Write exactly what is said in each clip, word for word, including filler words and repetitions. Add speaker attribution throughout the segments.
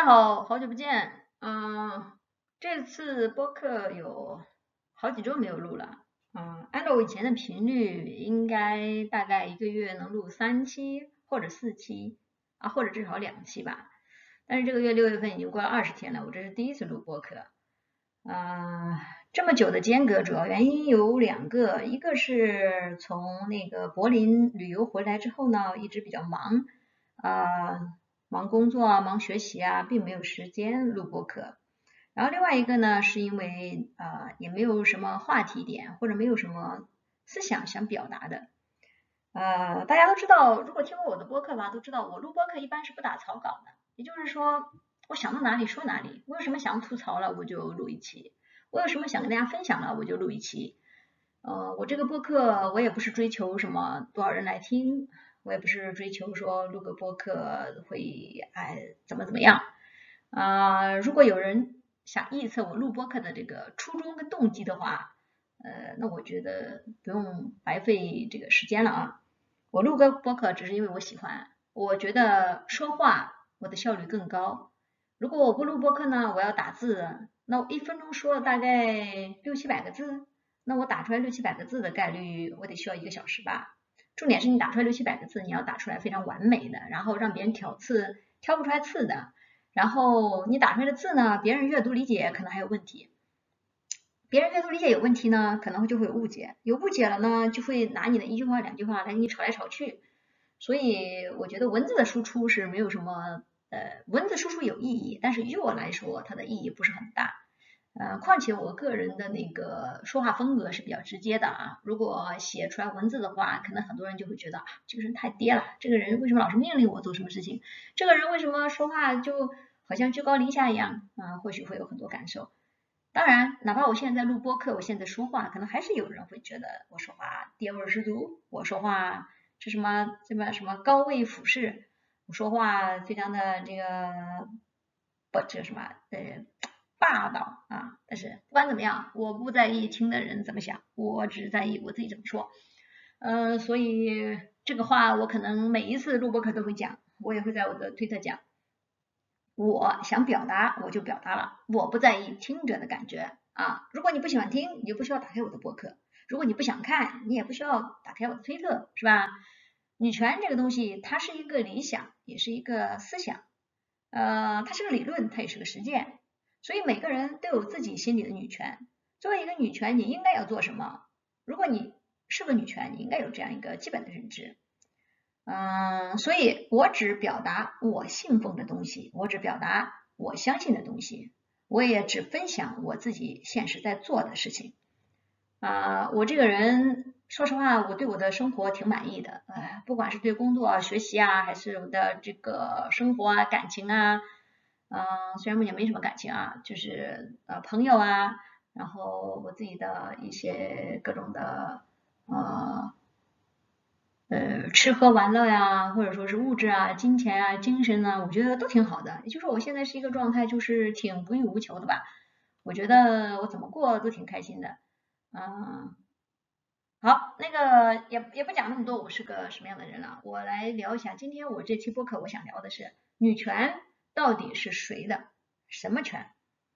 Speaker 1: 好，好久不见。嗯，这次播客有好几周没有录了。嗯，按照我以前的频率，应该大概一个月能录三期或者四期啊，或者至少两期吧。但是这个月六月份已经过了二十天了，我这是第一次录播客。啊，这么久的间隔，主要原因有两个，一个是从那个柏林旅游回来之后呢，一直比较忙，啊、忙工作啊，忙学习啊，并没有时间录播课。然后另外一个呢，是因为啊、也没有什么话题点，或者没有什么思想想表达的。呃，大家都知道，如果听过我的播客吧，都知道我录播客一般是不打草稿的，也就是说，我想到哪里说哪里，我有什么想吐槽了，我就录一期；我有什么想跟大家分享了，我就录一期。呃，我这个播客我也不是追求什么多少人来听，我也不是追求说录个播客会哎怎么怎么样啊、呃如果有人想臆测我录播客的这个初衷跟动机的话，呃，那我觉得不用白费这个时间了啊。我录个播客只是因为我喜欢，我觉得说话我的效率更高。如果我不录播客呢，我要打字，那我一分钟说了大概六七百个字，那我打出来六七百个字的概率，我得需要一个小时吧。重点是你打出来六七百个字，你要打出来非常完美的，然后让别人挑刺挑不出来刺的，然后你打出来的字呢，别人阅读理解可能还有问题。别人阅读理解有问题呢，可能就会有误解，有误解了呢，就会拿你的一句话、两句话来跟你吵来吵去。所以我觉得文字的输出是没有什么，呃，文字输出有意义，但是于我来说，它的意义不是很大。呃，况且我个人的那个说话风格是比较直接的啊，如果写出来文字的话，可能很多人就会觉得啊，这个人太爹了，这个人为什么老是命令我做什么事情？这个人为什么说话就好像居高临下一样啊？或许会有很多感受。当然，哪怕我现在在录播客，我现在说话，可能还是有人会觉得我说话爹味十足，我说话是什么什么什么高位俯视，我说话非常的这个不这什么呃霸道啊。但是不管怎么样，我不在意听的人怎么想，我只在意我自己怎么说。呃，所以这个话我可能每一次录播课都会讲，我也会在我的推特讲。我想表达，我就表达了，我不在意听者的感觉啊。如果你不喜欢听，你就不需要打开我的博客；如果你不想看，你也不需要打开我的推特，是吧？女权这个东西，它是一个理想，也是一个思想，呃，它是个理论，它也是个实践。所以每个人都有自己心里的女权。作为一个女权，你应该要做什么？如果你是个女权，你应该有这样一个基本的认知。嗯，所以我只表达我信奉的东西，我只表达我相信的东西，我也只分享我自己现实在做的事情。啊，我这个人，说实话，我对我的生活挺满意的，呃，不管是对工作啊、学习啊，还是我的这个生活啊、感情啊，嗯、虽然目前没什么感情啊，就是呃朋友啊，然后我自己的一些各种的呃呃，吃喝玩乐呀，或者说是物质啊、金钱啊、精神啊，我觉得都挺好的。也就是说，我现在是一个状态，就是挺不欲无求的吧。我觉得我怎么过都挺开心的。嗯，好，那个也也不讲那么多，我是个什么样的人了，我来聊一下。今天我这期播客，我想聊的是女权到底是谁的？什么权？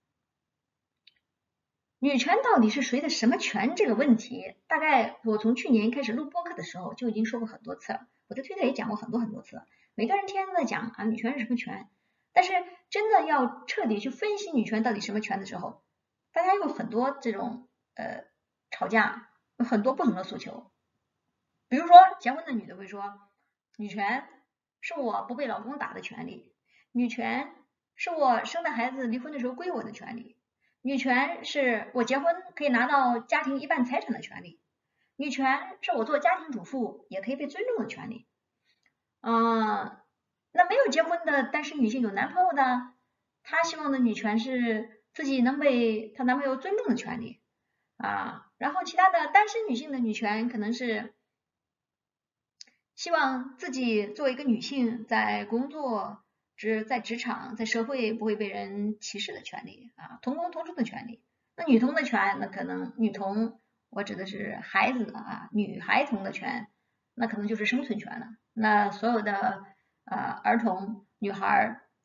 Speaker 1: 女权到底是谁的什么权这个问题，大概我从去年开始录播客的时候就已经说过很多次了，我在推特也讲过很多很多次了。每个人天天都在讲啊，女权是什么权，但是真的要彻底去分析女权到底什么权的时候，大家有很多这种呃吵架，有很多不同的诉求。比如说，结婚的女的会说，女权是我不被老公打的权利，女权是我生的孩子离婚的时候归我的权利，女权是我结婚可以拿到家庭一半财产的权利，女权是我做家庭主妇也可以被尊重的权利。嗯，那没有结婚的单身女性有男朋友的，她希望的女权是自己能被她男朋友尊重的权利啊。然后其他的单身女性的女权可能是希望自己作为一个女性，在工作、职在职场、在社会不会被人歧视的权利啊，同工同酬的权利。那女童的权，那可能女童，我指的是孩子啊，女孩童的权，那可能就是生存权了。那所有的呃儿童、女孩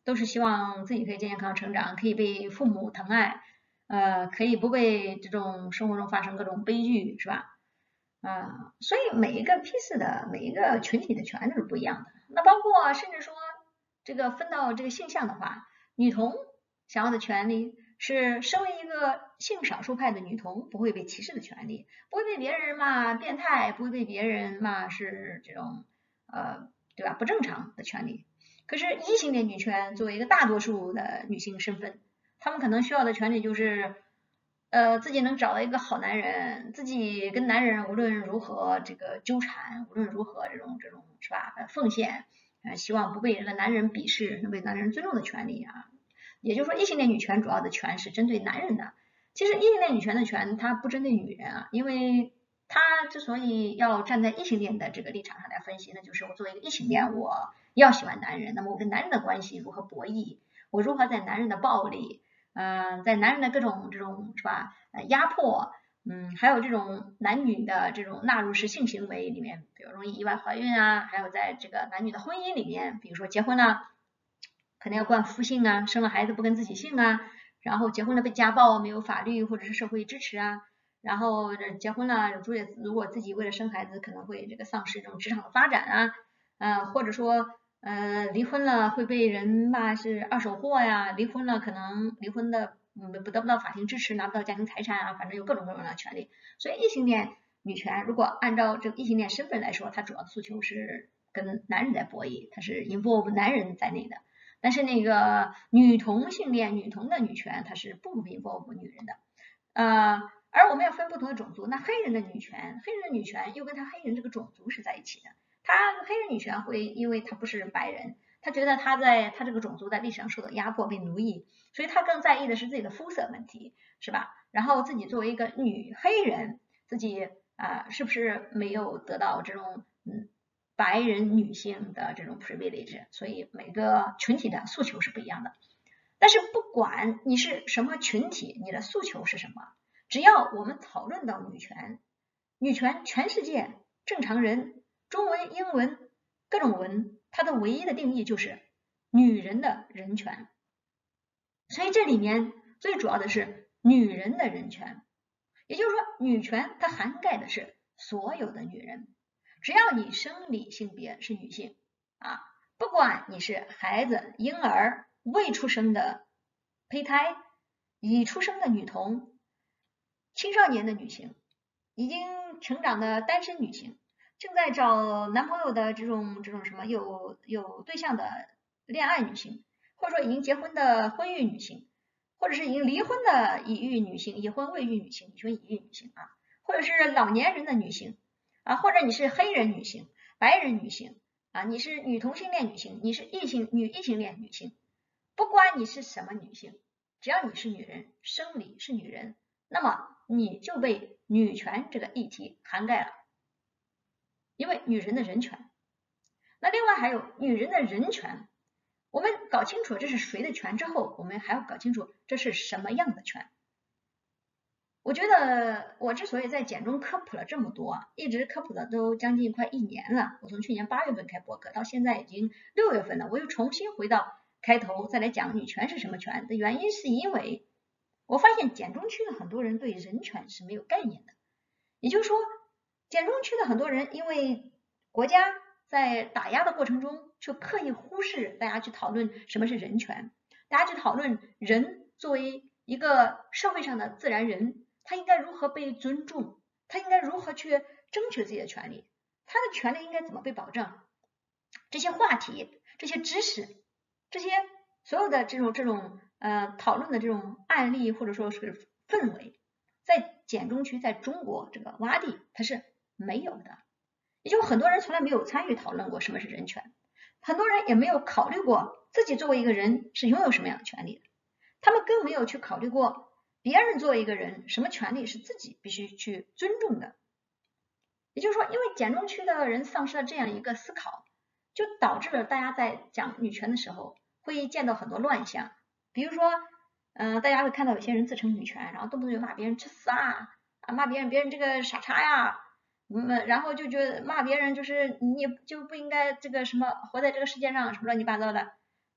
Speaker 1: 都是希望自己可以健健康康成长，可以被父母疼爱，呃，可以不被这种生活中发生各种悲剧，是吧？啊、呃，所以每一个批次的每一个群体的权利是不一样的。那包括甚至说这个分到这个性向的话，女童想要的权利是身为一个性少数派的女童不会被歧视的权利，不会被别人骂变态，不会被别人骂是这种呃对吧不正常的权利。可是异性恋女权作为一个大多数的女性身份，她们可能需要的权利就是呃自己能找到一个好男人，自己跟男人无论如何这个纠缠，无论如何这种这种是吧奉献，呃希望不被这个男人鄙视，能被男人尊重的权利啊。也就是说异性恋女权主要的权是针对男人的，其实异性恋女权的权它不针对女人啊，因为她之所以要站在异性恋的这个立场上来分析，那就是我作为一个异性恋，我要喜欢男人，那么我跟男人的关系如何博弈，我如何在男人的暴力，嗯、呃，在男人的各种这种是吧，呃压迫，嗯，还有这种男女的这种纳入式性行为里面，比如容易意外怀孕啊，还有在这个男女的婚姻里面，比如说结婚了，可能要冠夫姓啊，生了孩子不跟自己姓啊，然后结婚了被家暴，没有法律或者是社会支持啊，然后结婚了，如果自己为了生孩子可能会这个丧失这种职场的发展啊，呃，或者说呃离婚了会被人骂是二手货呀，离婚了可能离婚的嗯不得不到法庭支持，拿不到家庭财产啊，反正有各种各种的权利。所以异性恋女权如果按照这个异性恋身份来说，它主要的诉求是跟男人在博弈，它是 involve 男人在内的。但是那个女同性恋女同的女权，它是不 involve 女人的，呃，而我们要分不同的种族，那黑人的女权，黑人的女权又跟他黑人这个种族是在一起的。他黑人女权会因为他不是白人，他觉得他在他这个种族在历史上受到压迫被奴役，所以他更在意的是自己的肤色问题，是吧？然后自己作为一个女黑人，自己啊、呃、是不是没有得到这种嗯白人女性的这种 privilege， 所以每个群体的诉求是不一样的。但是不管你是什么群体，你的诉求是什么，只要我们讨论到女权，女权全世界正常人，中文、英文各种文，它的唯一的定义就是女人的人权。所以这里面最主要的是女人的人权，也就是说，女权它涵盖的是所有的女人，只要你生理性别是女性啊，不管你是孩子、婴儿、未出生的胚胎、已出生的女童、青少年的女性、已经成长的单身女性、正在找男朋友的这种这种什么有有对象的恋爱女性，或者说已经结婚的婚育女性，或者是已经离婚的已育女性、已婚未育女性、已婚已育女性啊，或者是老年人的女性啊，或者你是黑人女性、白人女性啊，你是女同性恋女性，你是异性女异性恋女性，不管你是什么女性，只要你是女人，生理是女人，那么你就被女权这个议题涵盖了，因为女人的人权。那另外还有女人的人权，我们搞清楚这是谁的权之后，我们还要搞清楚这是什么样的权。我觉得我之所以在简中科普了这么多，一直科普的都将近快一年了，我从去年八月份开播客，到现在已经六月份了，我又重新回到开头再来讲女权是什么权的原因，是因为我发现简中区的很多人对人权是没有概念的，也就是说，简中区的很多人因为国家在打压的过程中，就刻意忽视大家去讨论什么是人权，大家去讨论人作为一个社会上的自然人，他应该如何被尊重，他应该如何去争取自己的权利，他的权利应该怎么被保障，这些话题、这些知识、这些所有的这种这种呃讨论的这种案例或者说是氛围，在简中区在中国这个洼地它是没有的，也就很多人从来没有参与讨论过什么是人权，很多人也没有考虑过自己作为一个人是拥有什么样的权利的，他们更没有去考虑过别人作为一个人什么权利是自己必须去尊重的。也就是说，因为简中区的人丧失了这样一个思考，就导致了大家在讲女权的时候会见到很多乱象，比如说嗯、呃，大家会看到有些人自称女权，然后动不动就骂别人吃屎啊，啊骂别人别人这个傻叉呀，嗯，然后就觉得骂别人就是你就不应该这个什么活在这个世界上什么乱七八糟的，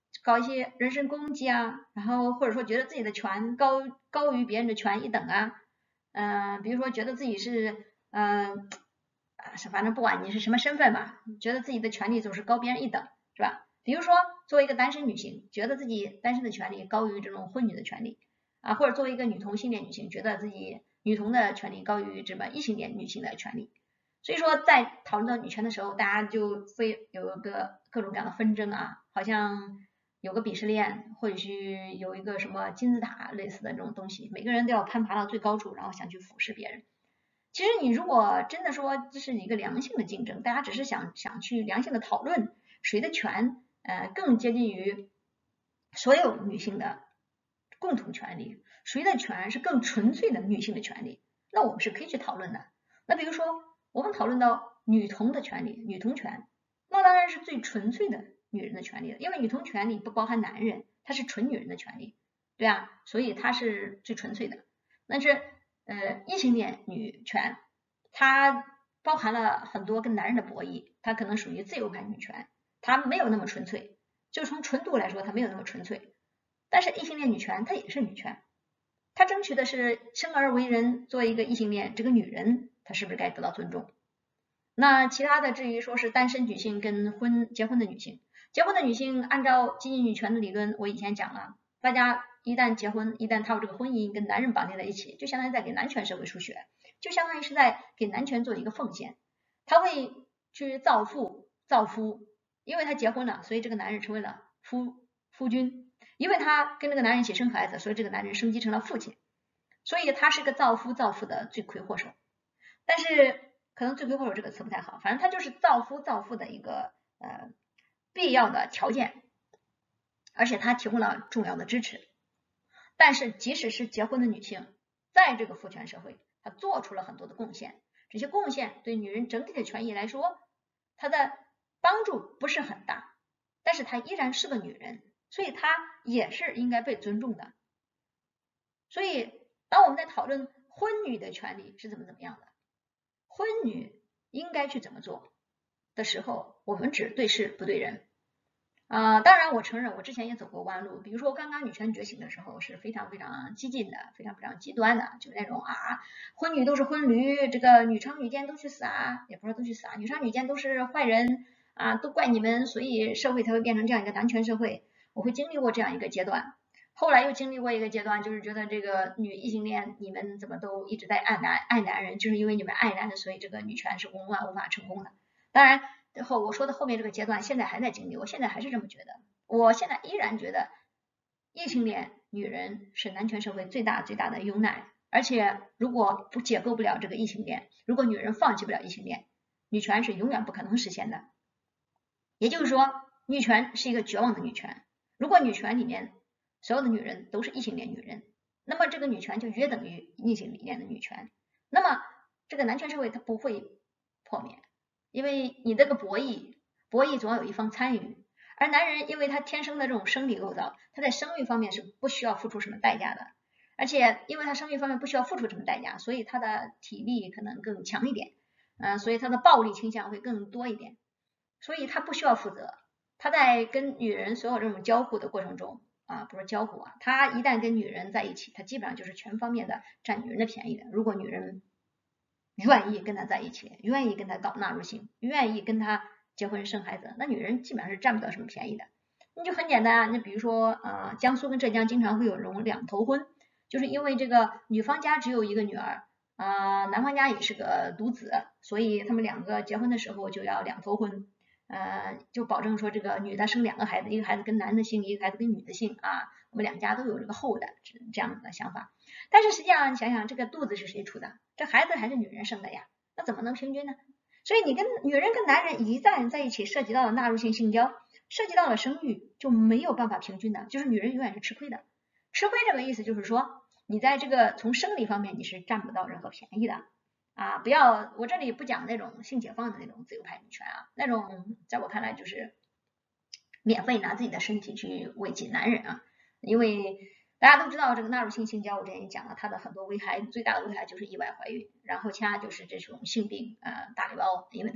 Speaker 1: 搞一些人身攻击啊，然后或者说觉得自己的权高高于别人的权一等啊，嗯、呃，比如说觉得自己是嗯啊，是、呃、反正不管你是什么身份吧，觉得自己的权利总是高别人一等，是吧？比如说作为一个单身女性，觉得自己单身的权利高于这种婚女的权利啊，或者作为一个女同性恋女性，觉得自己女同的权利高于这么异性恋女性的权利。所以说，在讨论到女权的时候，大家就会有一个各种各样的纷争啊，好像有个鄙视链，或者是有一个什么金字塔类似的这种东西，每个人都要攀爬到最高处，然后想去俯视别人。其实你如果真的说这是一个良性的竞争，大家只是想想去良性的讨论谁的权呃更接近于所有女性的共同权利，谁的权是更纯粹的女性的权利，那我们是可以去讨论的。那比如说我们讨论到女同的权利，女同权，那当然是最纯粹的女人的权利了，因为女同权利不包含男人，它是纯女人的权利，对啊，所以它是最纯粹的。但是呃，异性恋女权，它包含了很多跟男人的博弈，它可能属于自由派女权，它没有那么纯粹，就从纯度来说，它没有那么纯粹。但是异性恋女权它也是女权，它争取的是生而为人，作为一个异性恋，这个女人她是不是该得到尊重？那其他的至于说是单身女性跟婚结婚的女性，结婚的女性按照经济女权的理论，我以前讲了，大家一旦结婚，一旦踏入这个婚姻，跟男人绑定在一起，就相当于在给男权社会输血，就相当于是在给男权做一个奉献。他会去造父造夫，因为他结婚了，所以这个男人成为了夫夫君，因为他跟这个男人一起生孩子，所以这个男人升级成了父亲，所以他是个造夫造父的罪魁祸首。但是可能罪魁祸首这个词不太好，反正他就是造夫造父的一个呃必要的条件，而且他提供了重要的支持。但是即使是结婚的女性，在这个父权社会，她做出了很多的贡献，这些贡献对女人整体的权益来说，她的帮助不是很大，但是她依然是个女人，所以她也是应该被尊重的。所以当我们在讨论婚女的权利是怎么怎么样的，婚女应该去怎么做的时候，我们只对事不对人。啊、呃，当然我承认我之前也走过弯路，比如说刚刚女权觉醒的时候是非常非常激进的，非常非常极端的，就那种啊，婚女都是婚驴，这个女娼女奸都去死啊，也不是都去死啊，女娼女奸都是坏人啊，都怪你们，所以社会才会变成这样一个男权社会。我会经历过这样一个阶段，后来又经历过一个阶段，就是觉得这个女异性恋你们怎么都一直在爱男爱男人，就是因为你们爱男人，所以这个女权是永远无法成功的。当然后我说的后面这个阶段现在还在经历，我现在还是这么觉得，我现在依然觉得异性恋女人是男权社会最大最大的拥趸，而且如果不解构不了这个异性恋，如果女人放弃不了异性恋，女权是永远不可能实现的。也就是说，女权是一个绝望的女权。如果女权里面所有的女人都是异性恋女人，那么这个女权就约等于异性恋的女权，那么这个男权社会它不会破灭。因为你这个博弈，博弈总要有一方参与，而男人因为他天生的这种生理构造，他在生育方面是不需要付出什么代价的，而且因为他生育方面不需要付出什么代价，所以他的体力可能更强一点，嗯、呃，所以他的暴力倾向会更多一点，所以他不需要负责，他在跟女人所有这种交互的过程中啊，不是交互啊，他一旦跟女人在一起，他基本上就是全方面的占女人的便宜的，如果女人愿意跟他在一起，愿意跟他搞纳入性，愿意跟他结婚生孩子，那女人基本上是占不到什么便宜的。那就很简单啊，那比如说呃，江苏跟浙江经常会有这种两头婚，就是因为这个女方家只有一个女儿，啊、呃，男方家也是个独子，所以他们两个结婚的时候就要两头婚，呃，就保证说这个女的生两个孩子，一个孩子跟男的姓，一个孩子跟女的姓啊，我们两家都有这个后的这样的想法。但是实际上你想想，这个肚子是谁出的？这孩子还是女人生的呀，那怎么能平均呢？所以你跟女人跟男人一旦在一起，涉及到了纳入性性交，涉及到了生育，就没有办法平均的，就是女人永远是吃亏的。吃亏这个意思就是说，你在这个从生理方面你是占不到任何便宜的啊！不要，我这里不讲那种性解放的那种自由派女权啊，那种在我看来就是免费拿自己的身体去慰藉男人啊，因为大家都知道这个纳入性性交，我之前也讲了，它的很多危害，最大的危害就是意外怀孕，然后其他就是这种性病，呃，大礼包，因为它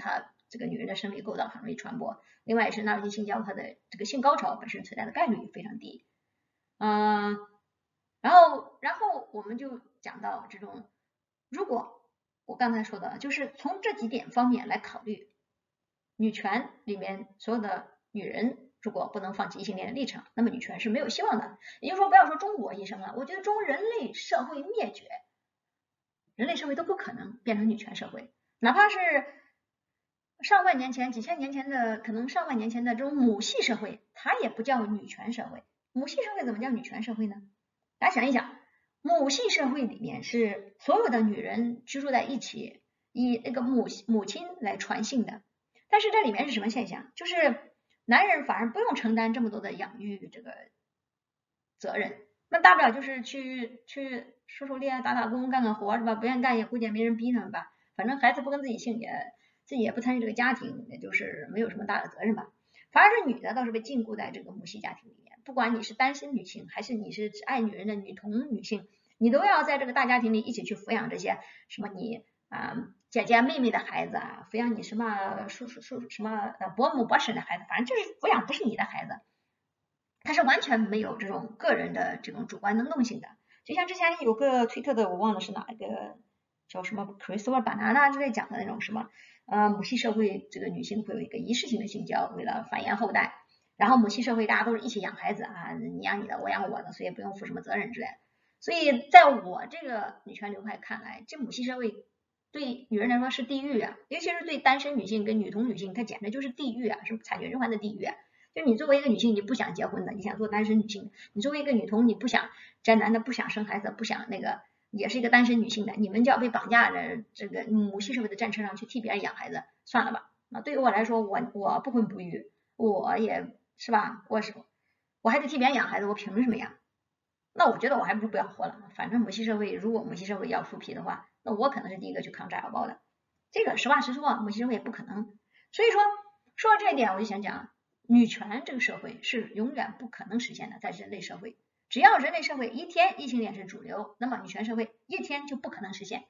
Speaker 1: 这个女人的生理构造很容易传播。另外也是纳入性性交它的这个性高潮本身存在的概率非常低。嗯，然后然后我们就讲到这种，如果我刚才说的就是从这几点方面来考虑，女权里面所有的女人如果不能放弃异性恋的立场，那么女权是没有希望的。也就是说，不要说中国医生了，我觉得中人类社会灭绝，人类社会都不可能变成女权社会，哪怕是上万年前、几千年前的，可能上万年前的这种母系社会，它也不叫女权社会。母系社会怎么叫女权社会呢？大家想一想，母系社会里面是所有的女人居住在一起，以那个母母亲来传信的。但是这里面是什么现象？就是男人反而不用承担这么多的养育这个责任，那大不了就是去去狩狩猎、打打工、干干活是吧？不愿干也估计也没人逼他们吧。反正孩子不跟自己姓，也自己也不参与这个家庭，也就是没有什么大的责任吧。反而是女的倒是被禁锢在这个母系家庭里面，不管你是单身女性，还是你是只爱女人的女同女性，你都要在这个大家庭里一起去抚养这些什么你啊、呃、姐姐妹妹的孩子啊，抚养你什么叔叔叔什么呃伯母伯婶的孩子，反正就是抚养不是你的孩子。他是完全没有这种个人的这种主观能动性的。就像之前有个推特的，我忘了是哪一个叫什么 Christopher Banana 之类讲的那种什么呃母系社会，这个女性会有一个仪式性的性交，为了繁衍后代。然后母系社会大家都是一起养孩子啊，你养你的，我养我的，所以不用负什么责任之类的。所以在我这个女权流派看来，这母系社会对女人来说是地狱啊，尤其是对单身女性跟女同女性，它简直就是地狱啊，是惨绝人寰的地狱啊。就你作为一个女性，你不想结婚的，你想做单身女性；你作为一个女童，你不想宅男的，不想生孩子，不想那个，也是一个单身女性的，你们就要被绑架在这个母系社会的战车上去替别人养孩子，算了吧。那对于我来说，我我不婚不育，我也是吧，我是我还得替别人养孩子，我凭什么养？那我觉得我还不如不要活了。反正母系社会，如果母系社会要复辟的话，那我可能是第一个去扛炸药包的。这个实话实说，母系社会也不可能。所以说，说到这一点，我就想讲。女权这个社会是永远不可能实现的，在人类社会，只要人类社会一天异性恋是主流，那么女权社会一天就不可能实现。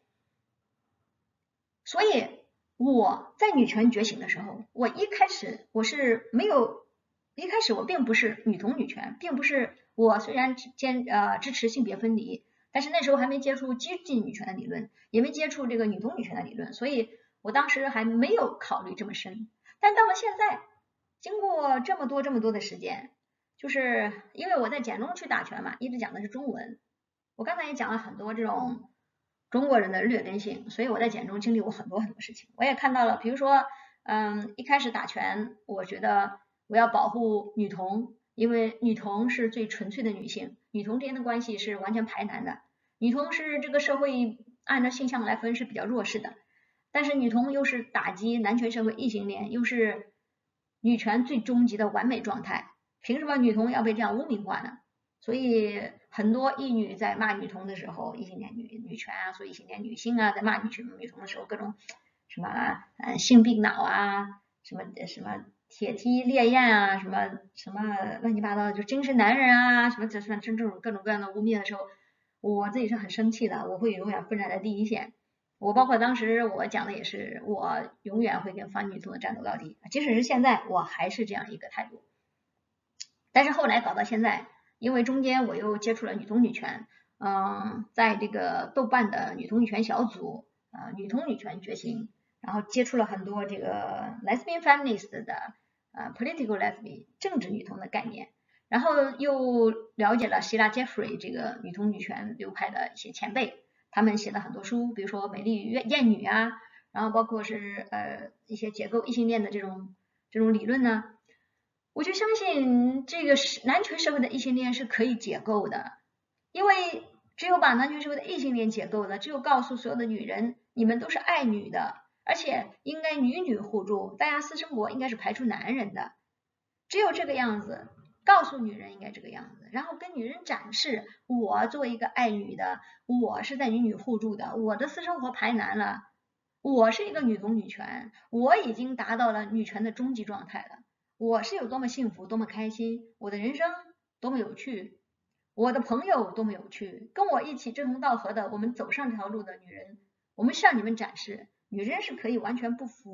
Speaker 1: 所以我在女权觉醒的时候，我一开始我是没有，一开始我并不是女同女权，并不是我虽然坚呃支持性别分离，但是那时候还没接触激进女权的理论，也没接触这个女同女权的理论，所以我当时还没有考虑这么深。但到了现在，经过这么多这么多的时间，就是因为我在简中去打拳嘛，一直讲的是中文。我刚才也讲了很多这种中国人的劣根性，所以我在简中经历过很多很多事情。我也看到了，比如说，嗯，一开始打拳，我觉得我要保护女童，因为女童是最纯粹的女性，女童之间的关系是完全排男的，女童是这个社会按照性向来分是比较弱势的，但是女童又是打击男权社会异性恋，又是女权最终极的完美状态，凭什么女童要被这样污名化呢？所以很多异女在骂女童的时候，异性恋女女权啊，所以异性恋女性啊，在骂女权女童的时候，各种什么呃性病脑啊，什么什么铁梯烈焰啊，什么什么乱七八糟的，就精神男人啊，什么这算这种各种各样的污蔑的时候，我自己是很生气的，我会永远奋战在第一线。我包括当时我讲的也是，我永远会跟反女同的战斗到底，即使是现在，我还是这样一个态度。但是后来搞到现在，因为中间我又接触了女同女权，嗯，在这个豆瓣的女同女权小组，呃，女同女权觉醒，然后接触了很多这个 lesbian feminist 的呃 political lesbian 政治女同的概念，然后又了解了希拉杰弗瑞这个女同女权流派的一些前辈。他们写了很多书，比如说《美丽艳女》啊，然后包括是呃一些解构异性恋的这种这种理论呢，我就相信这个男权社会的异性恋是可以解构的，因为只有把男权社会的异性恋解构了，只有告诉所有的女人，你们都是爱女的，而且应该女女互助，大家私生活应该是排除男人的，只有这个样子。告诉女人应该这个样子，然后跟女人展示我作为一个爱女的，我是在女女互助的，我的私生活排男了，我是一个女同女权，我已经达到了女权的终极状态了，我是有多么幸福多么开心，我的人生多么有趣，我的朋友多么有趣，跟我一起志同道合的我们走上这条路的女人，我们向你们展示女人是可以完全不服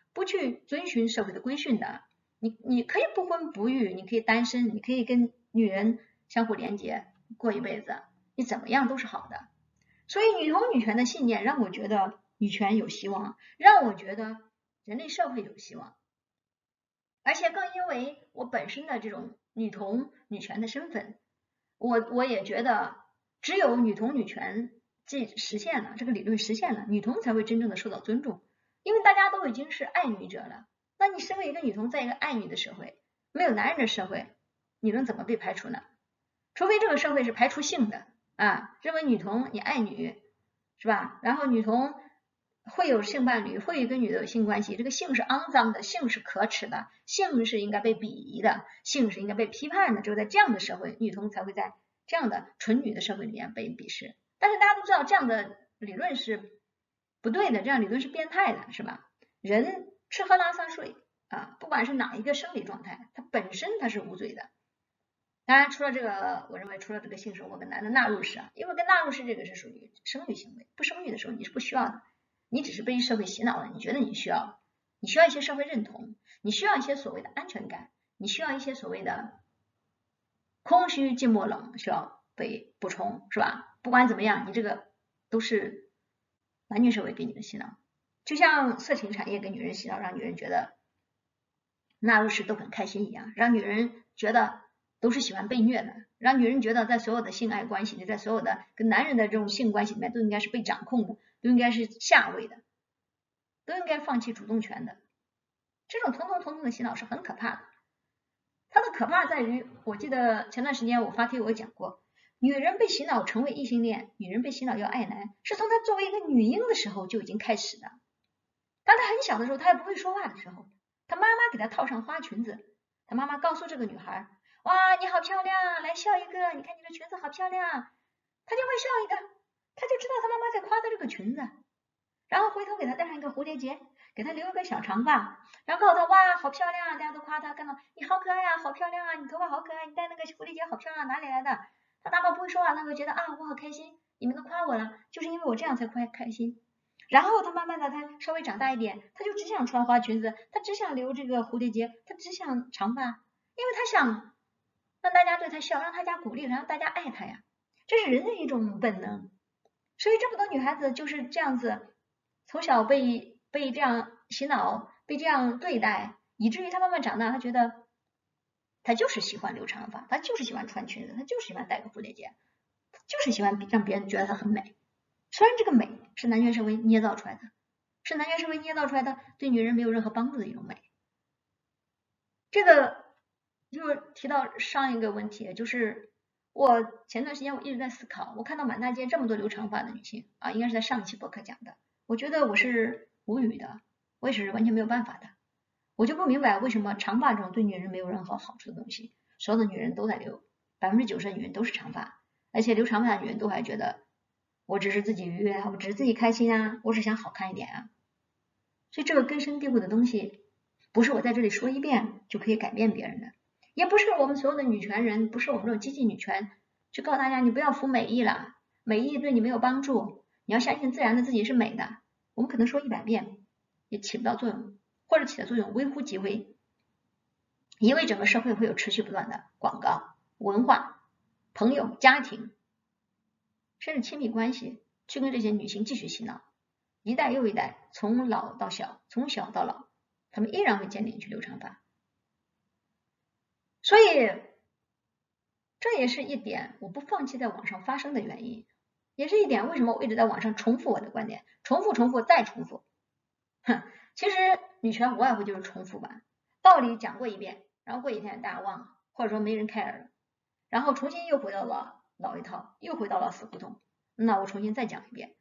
Speaker 1: 不去遵循社会的规训的。你你可以不婚不育，你可以单身，你可以跟女人相互连接过一辈子，你怎么样都是好的。所以女同女权的信念让我觉得女权有希望，让我觉得人类社会有希望。而且更因为我本身的这种女同女权的身份，我我也觉得只有女同女权这实现了，这个理论实现了，女同才会真正的受到尊重。因为大家都已经是爱女者了，那你身为一个女同，在一个爱女的社会，没有男人的社会，你能怎么被排除呢？除非这个社会是排除性的啊，认为女同你爱女是吧？然后女同会有性伴侣，会跟女的有性关系，这个性是肮脏的，性是可耻的，性是应该被鄙夷的，性是应该被批判的。只有在这样的社会，女同才会在这样的纯女的社会里面被鄙视。但是大家都知道这样的理论是不对的，这样理论是变态的，是吧？人吃喝拉撒睡啊，不管是哪一个生理状态，它本身它是无罪的。当然，除了这个，我认为除了这个性生活跟男的纳入式啊，因为跟纳入式这个是属于生育行为，不生育的时候你是不需要的，你只是被社会洗脑了，你觉得你需要，你需要一些社会认同，你需要一些所谓的安全感，你需要一些所谓的空虚、寂寞、冷，需要被补充，是吧？不管怎么样，你这个都是男女社会给你的洗脑，就像色情产业给女人洗脑，让女人觉得纳入式都很开心一样，让女人觉得都是喜欢被虐的，让女人觉得在所有的性爱关系里，在所有的跟男人的这种性关系里面，都应该是被掌控的，都应该是下位的，都应该放弃主动权的。这种统统统统的洗脑是很可怕的。它的可怕在于，我记得前段时间我发帖我讲过，女人被洗脑成为异性恋，女人被洗脑要爱男，是从她作为一个女婴的时候就已经开始的。当她很小的时候，她还不会说话的时候，她妈妈给她套上花裙子，她妈妈告诉这个女孩，哇，你好漂亮，来笑一个，你看你的裙子好漂亮，她就会笑一个，她就知道她妈妈在夸她这个裙子，然后回头给她戴上一个蝴蝶结，给她留一个小长发，然后告诉她，哇，好漂亮，大家都夸她，看到你好可爱啊，好漂亮啊，你头发好可爱，你戴那个蝴蝶结好漂亮，哪里来的？她哪怕不会说话，她会觉得啊，我好开心，你们都夸我了，就是因为我这样才快开心。然后她慢慢的，她稍微长大一点，她就只想穿花裙子，她只想留这个蝴蝶结，她只想长发，因为她想让大家对她笑，让大家鼓励，让大家爱她呀，这是人的一种本能。所以这么多女孩子就是这样子，从小被被这样洗脑，被这样对待，以至于她慢慢长大，她觉得她就是喜欢留长发，她就是喜欢穿裙子，她就是喜欢戴个蝴蝶结，她就是喜欢让别人觉得她很美。虽然这个美是男权社会捏造出来的，是男权社会捏造出来的，对女人没有任何帮助的一种美。这个就是提到上一个问题，就是我前段时间我一直在思考，我看到满大街这么多留长发的女性啊，应该是在上一期博客讲的，我觉得我是无语的，我也是完全没有办法的，我就不明白为什么长发这种对女人没有任何好处的东西，所有的女人都在留，百分之九十的女人都是长发，而且留长发的女人都还觉得我只是自己愉悦啊，我只是自己开心啊，我只想好看一点啊。所以这个根深蒂固的东西，不是我在这里说一遍就可以改变别人的，也不是我们所有的女权人，不是我们这种激进女权去告诉大家你不要服美意了，美意对你没有帮助，你要相信自然的自己是美的。我们可能说一百遍也起不到作用，或者起的作用微乎其微，因为整个社会会有持续不断的广告、文化、朋友、家庭，甚至亲密关系去跟这些女性继续洗脑，一代又一代，从老到小，从小到老，他们依然会坚定去留长发。所以这也是一点我不放弃在网上发声的原因，也是一点为什么我一直在网上重复我的观点，重复重复再重复。哼，其实女权无外乎就是重复吧，道理讲过一遍，然后过几天大家忘了，或者说没人 care 了，然后重新又回到了老一套，又回到了死胡同，那我重新再讲一遍。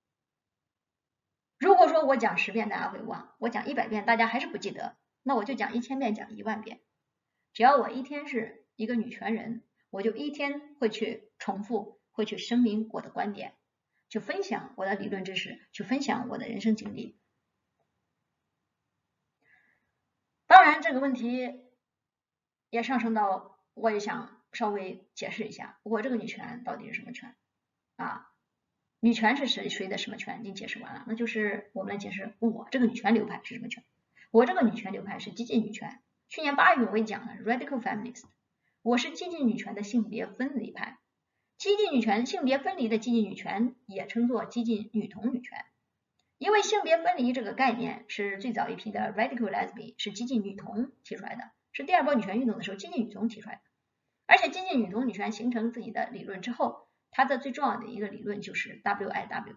Speaker 1: 如果说我讲十遍大家会忘，我讲一百遍大家还是不记得，那我就讲一千遍，讲一万遍。只要我一天是一个女权人，我就一天会去重复，会去声明我的观点，去分享我的理论知识，去分享我的人生经历。当然这个问题也上升到，我也想稍微解释一下，我这个女权到底是什么权啊？女权是谁谁的什么权已经解释完了，那就是我们来解释我这个女权流派是什么权。 我这个女权流派是激进女权，去年八月我也讲了 Radical Feminist， 我是激进女权的性别分离派。激进女权性别分离的激进女权也称作激进女同女权，因为性别分离这个概念是最早一批的 Radical Lesbian 是激进女同提出来的，是第二波女权运动的时候激进女同提出来的。而且激进女同女权形成自己的理论之后，它的最重要的一个理论就是 W I W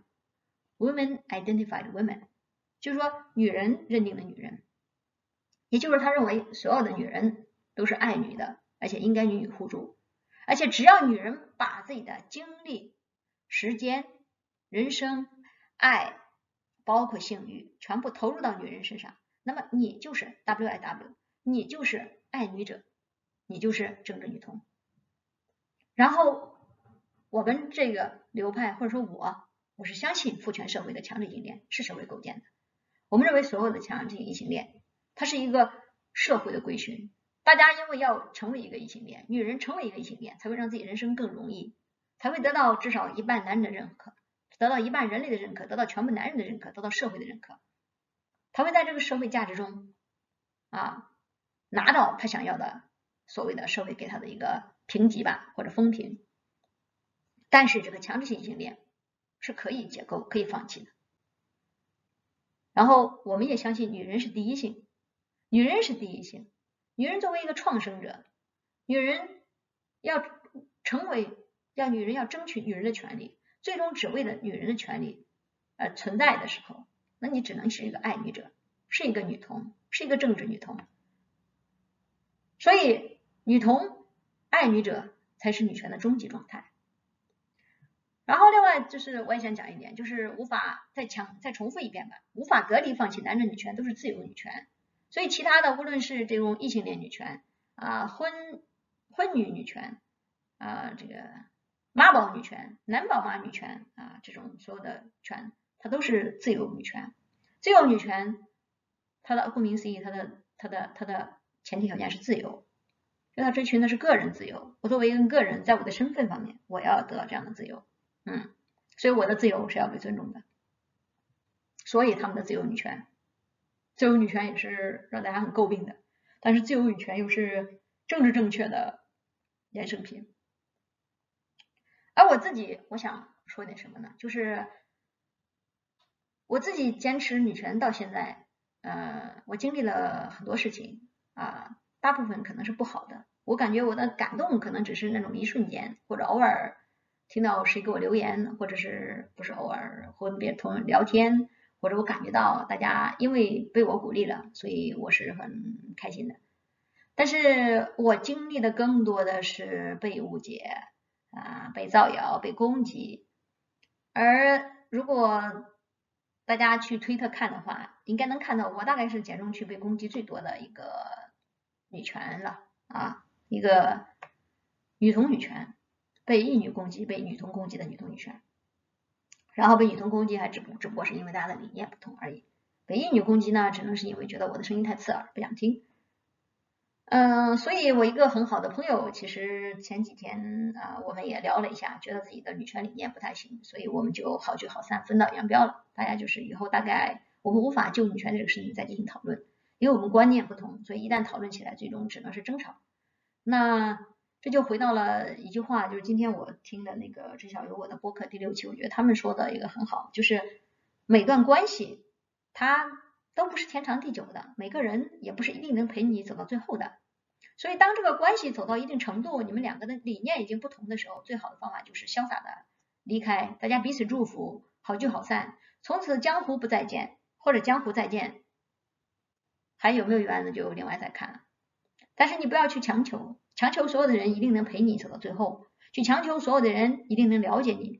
Speaker 1: Women Identified Women， 就是说女人认定的女人，也就是他认为所有的女人都是爱女的，而且应该女女互助，而且只要女人把自己的精力、时间、人生、爱，包括性欲全部投入到女人身上，那么你就是 W I W， 你就是爱女者，你就是政治女同。然后我们这个流派，或者说我我是相信父权社会的强制异性恋是社会构建的。我们认为所有的强制异性恋它是一个社会的规训，大家因为要成为一个异性恋，女人成为一个异性恋才会让自己人生更容易，才会得到至少一半男人的认可，得到一半人类的认可，得到全部男人的认可，得到社会的认可，他会在这个社会价值中啊拿到他想要的所谓的社会给他的一个评级吧或者风评。但是这个强制性异性恋是可以解构可以放弃的。然后我们也相信女人是第一性，女人是第一性，女人作为一个创生者，女人要成为要女人要争取女人的权利，最终只为了女人的权利而存在的时候，那你只能是一个爱女者，是一个女同，是一个政治女同。所以女同爱女者才是女权的终极状态。然后另外就是我也想讲一点，就是无法再强再重复一遍吧，无法隔离放弃男人女权都是自由女权，所以其他的无论是这种异性恋女权啊、婚婚女女权啊、这个妈宝女权、男宝妈女权啊，这种所有的权它都是自由女权。自由女权它的顾名思义，它的它的它的前提条件是自由，要追寻的是个人自由。我作为一个个人，在我的身份方面，我要得到这样的自由。嗯，所以我的自由是要被尊重的。所以他们的自由女权，自由女权也是让大家很诟病的，但是自由女权又是政治正确的衍生品。而我自己，我想说点什么呢？就是我自己坚持女权到现在，呃，我经历了很多事情啊，大部分可能是不好的。我感觉我的感动可能只是那种一瞬间，或者偶尔听到谁给我留言，或者是不是偶尔和别的同学聊天，或者我感觉到大家因为被我鼓励了，所以我是很开心的。但是我经历的更多的是被误解啊，被造谣，被攻击。而如果大家去推特看的话，应该能看到我大概是简中区被攻击最多的一个女权了啊，一个女同女权。被异女攻击、被女同攻击的女同女权，然后被女同攻击还只不只不过是因为大家的理念不同而已。被异女攻击呢，只能是因为觉得我的声音太刺耳，不想听。嗯，所以我一个很好的朋友，其实前几天啊、呃，我们也聊了一下，觉得自己的女权理念不太行，所以我们就好聚好散，分道扬镳了。大家就是以后大概我们无法就女权这个事情再进行讨论，因为我们观念不同，所以一旦讨论起来，最终只能是争吵。那这就回到了一句话，就是今天我听的那个知晓有我的播客第六期，我觉得他们说的一个很好，就是每段关系它都不是天长地久的，每个人也不是一定能陪你走到最后的。所以当这个关系走到一定程度，你们两个的理念已经不同的时候，最好的方法就是潇洒的离开，大家彼此祝福，好聚好散，从此江湖不再见，或者江湖再见，还有没有缘的就另外再看了。但是你不要去强求，强求所有的人一定能陪你走到最后，去强求所有的人一定能了解你。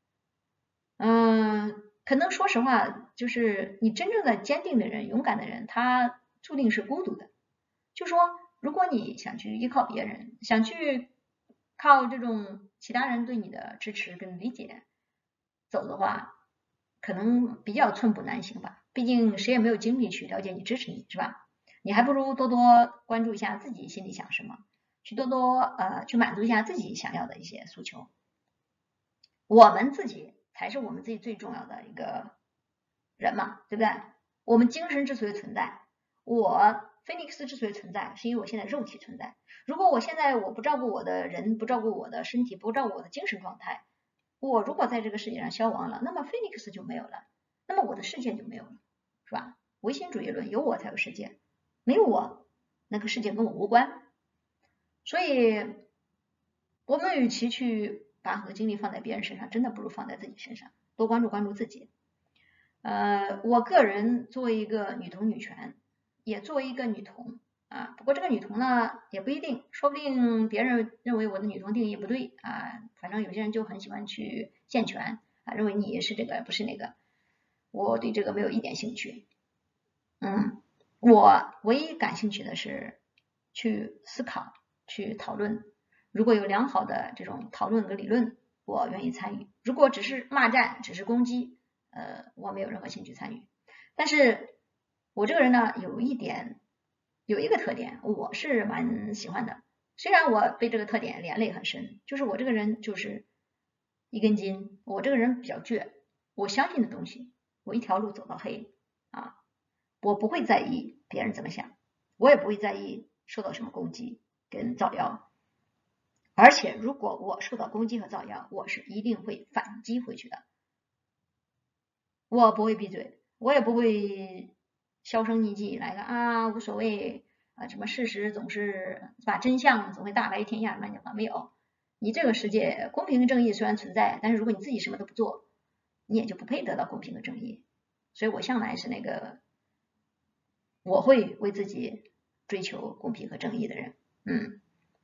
Speaker 1: 嗯，可能说实话，就是你真正的坚定的人、勇敢的人，他注定是孤独的。就说如果你想去依靠别人，想去靠这种其他人对你的支持跟理解走的话，可能比较寸步难行吧。毕竟谁也没有精力去了解你、支持你，是吧？你还不如多多关注一下自己心里想什么，去多多呃去满足一下自己想要的一些诉求。我们自己才是我们自己最重要的一个人嘛，对不对？我们精神之所以存在， 我菲尼克斯之所以存在，是因为我现在肉体存在。如果我现在我不照顾我的人，不照顾我的身体，不照顾我的精神状态，我如果在这个世界上消亡了，那么菲尼克斯就没有了，那么我的世界就没有了，是吧？唯心主义论，有我才有世界，没有我，那个世界跟我无关。所以，我们与其去把很多精力放在别人身上，真的不如放在自己身上，多关注关注自己。呃，我个人作为一个女同女权，也作为一个女同啊，不过这个女同呢也不一定，说不定别人认为我的女同定义不对啊，反正有些人就很喜欢去健全啊，认为你是这个不是那个，我对这个没有一点兴趣。嗯，我唯一感兴趣的是去思考、去讨论，如果有良好的这种讨论和理论，我愿意参与；如果只是骂战、只是攻击，呃，我没有任何兴趣参与。但是我这个人呢，有一点，有一个特点，我是蛮喜欢的。虽然我被这个特点连累很深，就是我这个人就是一根筋，我这个人比较倔，我相信的东西，我一条路走到黑啊，我不会在意别人怎么想，我也不会在意受到什么攻击跟造谣。而且如果我受到攻击和造谣，我是一定会反击回去的。我不会闭嘴，我也不会销声匿迹来个啊无所谓啊，什么事实总是把真相总会大白于天下，乱讲话没有。你这个世界公平和正义虽然存在，但是如果你自己什么都不做，你也就不配得到公平和正义。所以我向来是那个我会为自己追求公平和正义的人。嗯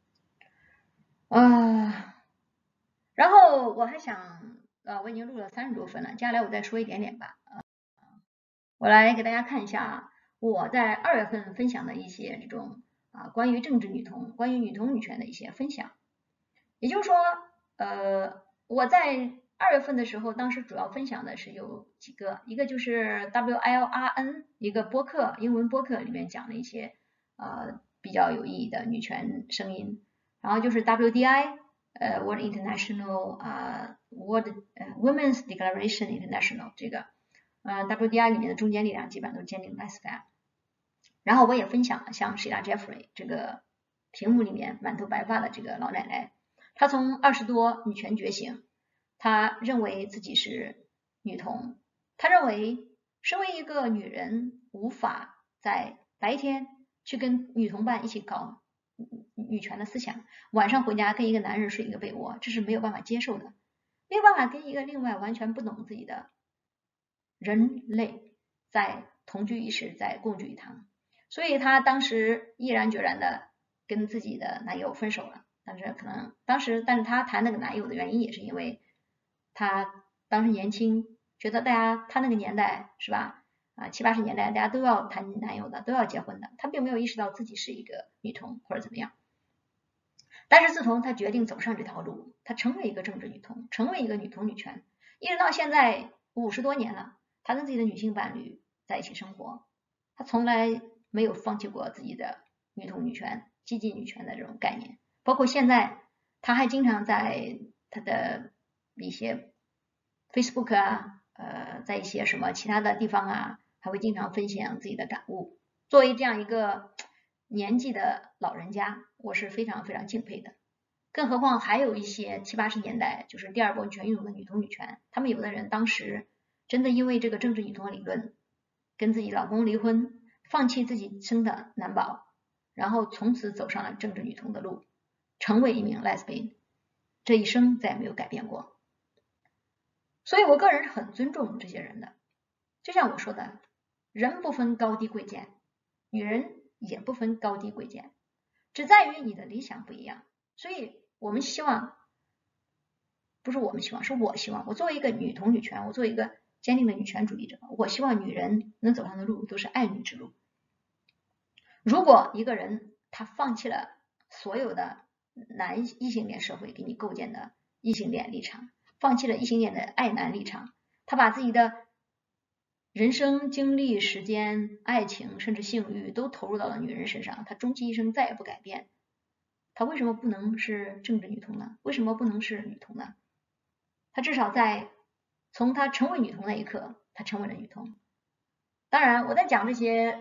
Speaker 1: 啊，然后我还想啊，我已经录了三十多分了，接下来我再说一点点吧。我来给大家看一下我在二月份分享的一些这种啊关于政治女同、关于女同女权的一些分享。也就是说，呃，我在二月份的时候，当时主要分享的是有几个，一个就是 W L R N 一个播客，英文播客里面讲了一些呃比较有意义的女权声音，然后就是 W D I 呃 World International 啊 World Women's Declaration International 这个。呃 W D I 里面的中坚力量基本上都是坚定 less-fat。然后我也分享了像 Sheila Jeffrey 这个屏幕里面满头白发的这个老奶奶，她从二十多女权觉醒，她认为自己是女同，她认为身为一个女人无法在白天去跟女同伴一起搞女权的思想，晚上回家跟一个男人睡一个被窝，这是没有办法接受的，没有办法跟一个另外完全不懂自己的人类在同居一室，在共聚一堂，所以她当时毅然决然的跟自己的男友分手了。但是可能当时，但是她谈那个男友的原因也是因为她当时年轻，觉得大家她那个年代是吧？啊，七八十年代大家都要谈男友的，都要结婚的，她并没有意识到自己是一个女同或者怎么样。但是自从她决定走上这条路，她成为一个政治女同，成为一个女同女权，一直到现在五十多年了。她跟自己的女性伴侣在一起生活，她从来没有放弃过自己的女同女权、激进女权的这种概念。包括现在，她还经常在她的一些 Facebook 啊，呃，在一些什么其他的地方啊，还会经常分享自己的感悟。作为这样一个年纪的老人家，我是非常非常敬佩的。更何况还有一些七八十年代就是第二波女权运动的女同女权，她们有的人当时真的因为这个政治女同的理论，跟自己老公离婚，放弃自己生的男宝，然后从此走上了政治女同的路，成为一名 lesbian， 这一生再也没有改变过。所以我个人是很尊重这些人的。就像我说的，人不分高低贵贱，女人也不分高低贵贱，只在于你的理想不一样。所以我们希望，不是我们希望，是我希望，我作为一个女同女权，我作为一个坚定的女权主义者，我希望女人能走上的路都是爱女之路。如果一个人他放弃了所有的男异性恋社会给你构建的异性恋立场，放弃了异性恋的爱男立场，他把自己的人生精力、时间、爱情甚至性欲都投入到了女人身上，他终其一生再也不改变，他为什么不能是政治女同呢？为什么不能是女同呢？他至少在从他成为女同那一刻，他成为了女同。当然，我在讲这些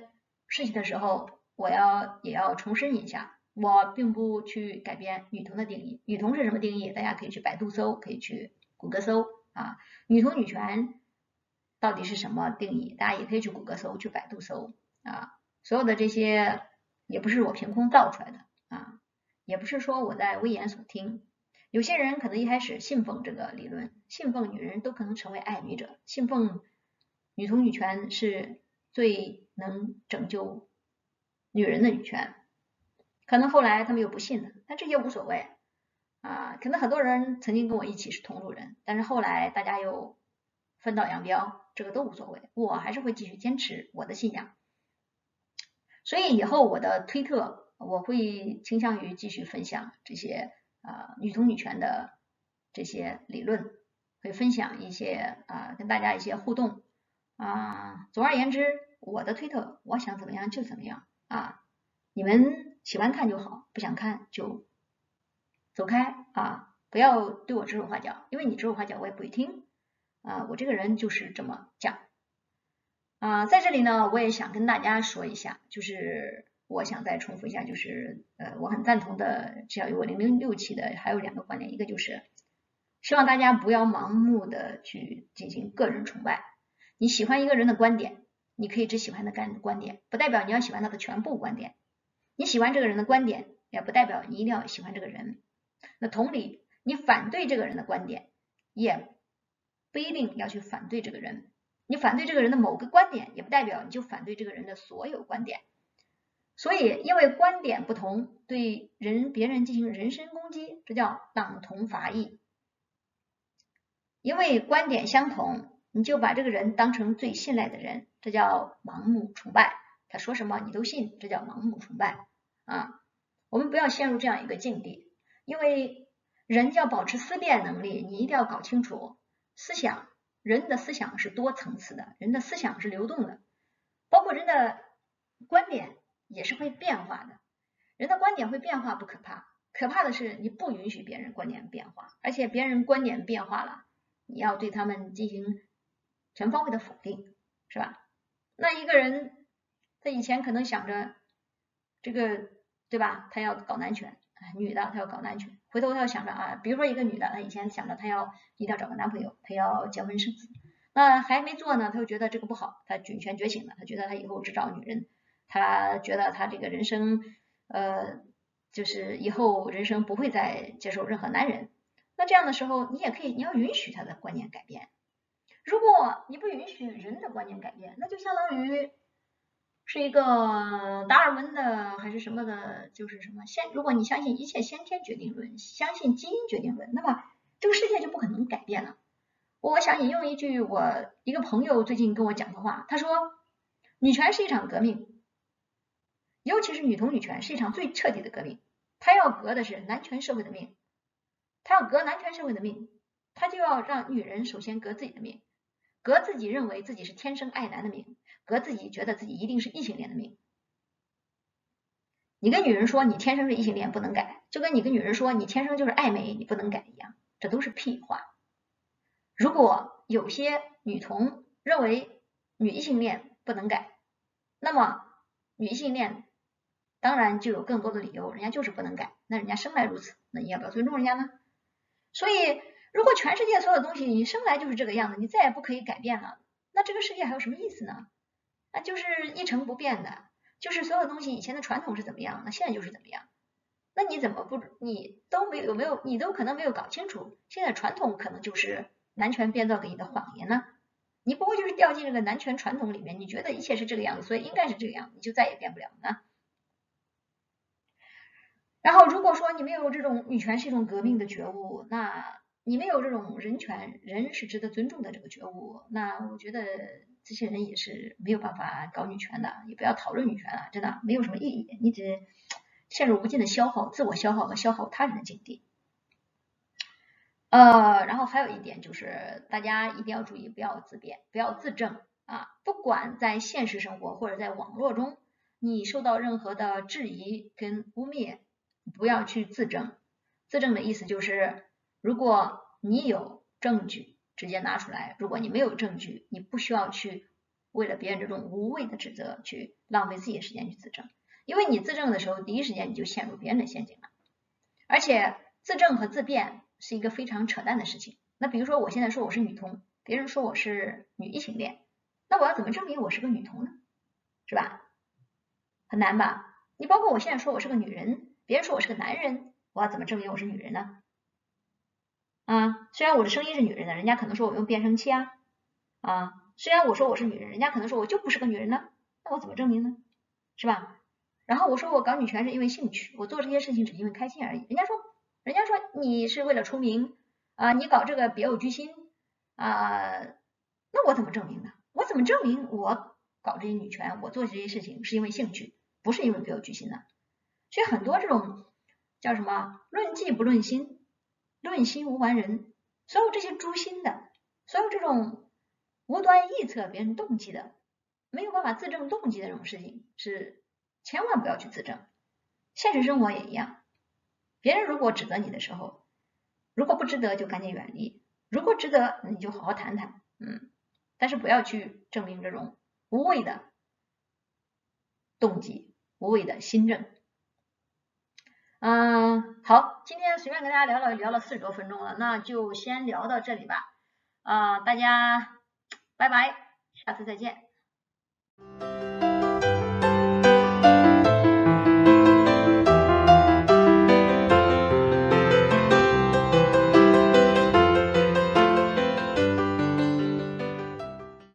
Speaker 1: 事情的时候，我要也要重申一下，我并不去改变女同的定义。女同是什么定义？大家可以去百度搜，可以去谷歌搜啊。女同女权到底是什么定义？大家也可以去谷歌搜，去百度搜啊。所有的这些也不是我凭空造出来的啊，也不是说我在危言耸听。有些人可能一开始信奉这个理论，信奉女人都可能成为爱女者，信奉女同女权是最能拯救女人的女权，可能后来他们又不信了，但这些无所谓啊。可能很多人曾经跟我一起是同路人，但是后来大家又分道扬镳，这个都无所谓，我还是会继续坚持我的信仰。所以以后我的推特我会倾向于继续分享这些啊、呃、女同女权的这些理论，会分享一些啊、呃、跟大家一些互动啊、呃。总而言之，我的推特我想怎么样就怎么样啊，你们喜欢看就好，不想看就走开啊，不要对我指手画脚，因为你指手画脚我也不会听啊，我这个人就是这么讲。啊、呃，在这里呢，我也想跟大家说一下，就是我想再重复一下，就是呃，我很赞同的，只要有我零零六期的，还有两个观点，一个就是希望大家不要盲目的去进行个人崇拜。你喜欢一个人的观点，你可以只喜欢他的观点，不代表你要喜欢他的全部观点。你喜欢这个人的观点，也不代表你一定要喜欢这个人。那同理，你反对这个人的观点，也不一定要去反对这个人。你反对这个人的某个观点，也不代表你就反对这个人的所有观点。所以，因为观点不同，对人别人进行人身攻击，这叫党同伐异。因为观点相同，你就把这个人当成最信赖的人，这叫盲目崇拜。他说什么你都信，这叫盲目崇拜啊！我们不要陷入这样一个境地，因为人要保持思辨能力，你一定要搞清楚思想。人的思想是多层次的，人的思想是流动的，包括人的观点也是会变化的。人的观点会变化不可怕，可怕的是你不允许别人观点变化，而且别人观点变化了，你要对他们进行全方位的否定，是吧？那一个人他以前可能想着这个，对吧？他要搞男权，女的她要搞男权，回头她要想着啊，比如说一个女的，她以前想着她要一定要找个男朋友，她要结婚生子，那还没做呢，她就觉得这个不好，她女权觉醒了，她觉得她以后只找女人，她觉得她这个人生呃就是以后人生不会再接受任何男人。那这样的时候，你也可以，你要允许她的观念改变。如果你不允许人的观念改变，那就相当于是一个达尔文的还是什么的，就是什么先，如果你相信一切先天决定论，相信基因决定论，那么这个世界就不可能改变了。我想引用一句我一个朋友最近跟我讲的话，他说女权是一场革命，尤其是女同女权是一场最彻底的革命，他要革的是男权社会的命，他要革男权社会的命，他就要让女人首先革自己的命，革自己认为自己是天生爱男的命，革自己觉得自己一定是异性恋的命。你跟女人说你天生是异性恋不能改，就跟你跟女人说你天生就是爱美你不能改一样，这都是屁话。如果有些女同认为女异性恋不能改，那么女异性恋当然就有更多的理由，人家就是不能改，那人家生来如此，那你要不要尊重人家呢？所以如果全世界所有东西你生来就是这个样子，你再也不可以改变了，那这个世界还有什么意思呢？那就是一成不变的，就是所有东西以前的传统是怎么样，那现在就是怎么样。那你怎么不，你都没有没有，你都可能没有搞清楚，现在传统可能就是男权编造给你的谎言呢？你不会就是掉进这个男权传统里面，你觉得一切是这个样子，所以应该是这个样子，你就再也变不了呢？然后如果说你没有这种女权是一种革命的觉悟，那你没有这种人权，人是值得尊重的这个觉悟，那我觉得这些人也是没有办法搞女权的，也不要讨论女权了，真的没有什么意义，你只陷入无尽的消耗，自我消耗和消耗他人的境地。呃，然后还有一点就是大家一定要注意，不要自辩，不要自证啊，不管在现实生活或者在网络中，你受到任何的质疑跟污蔑，不要去自证。自证的意思就是，如果你有证据，直接拿出来；如果你没有证据，你不需要去为了别人这种无谓的指责去浪费自己的时间去自证，因为你自证的时候，第一时间你就陷入别人的陷阱了。而且自证和自辩是一个非常扯淡的事情。那比如说我现在说我是女同，别人说我是女异性恋，那我要怎么证明我是个女同呢？是吧？很难吧？你包括我现在说我是个女人，别人说我是个男人，我要怎么证明我是女人呢？啊，虽然我的声音是女人的，人家可能说我用变声器啊，啊，虽然我说我是女人，人家可能说我就不是个女人呢，那我怎么证明呢？是吧？然后我说我搞女权是因为兴趣，我做这些事情只因为开心而已。人家说，人家说你是为了出名啊，你搞这个别有居心啊，那我怎么证明呢？我怎么证明我搞这些女权，我做这些事情是因为兴趣，不是因为别有居心呢？所以很多这种叫什么论迹不论心，论心无完人，所有这些诛心的，所有这种无端臆测别人动机的，没有办法自证动机的这种事情，是千万不要去自证。现实生活也一样，别人如果指责你的时候，如果不值得就赶紧远离，如果值得你就好好谈谈，嗯，但是不要去证明这种无谓的动机，无谓的心证。嗯，好，今天随便跟大家聊了聊了四十多分钟了，那就先聊到这里吧。啊、大家拜拜，下次再见。